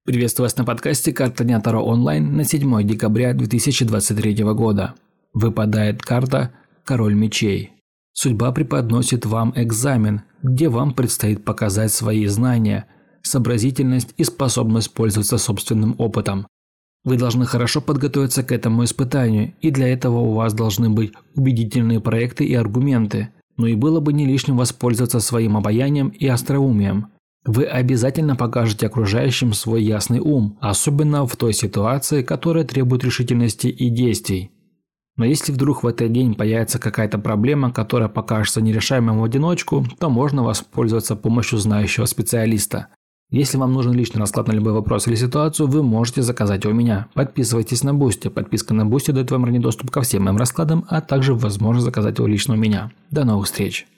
Приветствую вас на подкасте «Карта Дня Таро онлайн» на 7 декабря 2023 года. Выпадает карта «Король мечей». Судьба преподносит вам экзамен, где вам предстоит показать свои знания, сообразительность и способность пользоваться собственным опытом. Вы должны хорошо подготовиться к этому испытанию, и для этого у вас должны быть убедительные проекты и аргументы, но и было бы не лишним воспользоваться своим обаянием и остроумием. Вы обязательно покажете окружающим свой ясный ум, особенно в той ситуации, которая требует решительности и действий. Но если вдруг в этот день появится какая-то проблема, которая покажется нерешаемой в одиночку, то можно воспользоваться помощью знающего специалиста. Если вам нужен личный расклад на любой вопрос или ситуацию, вы можете заказать его у меня. Подписывайтесь на Boosty. Подписка на Boosty дает вам ранний доступ ко всем моим раскладам, а также возможность заказать его лично у меня. До новых встреч!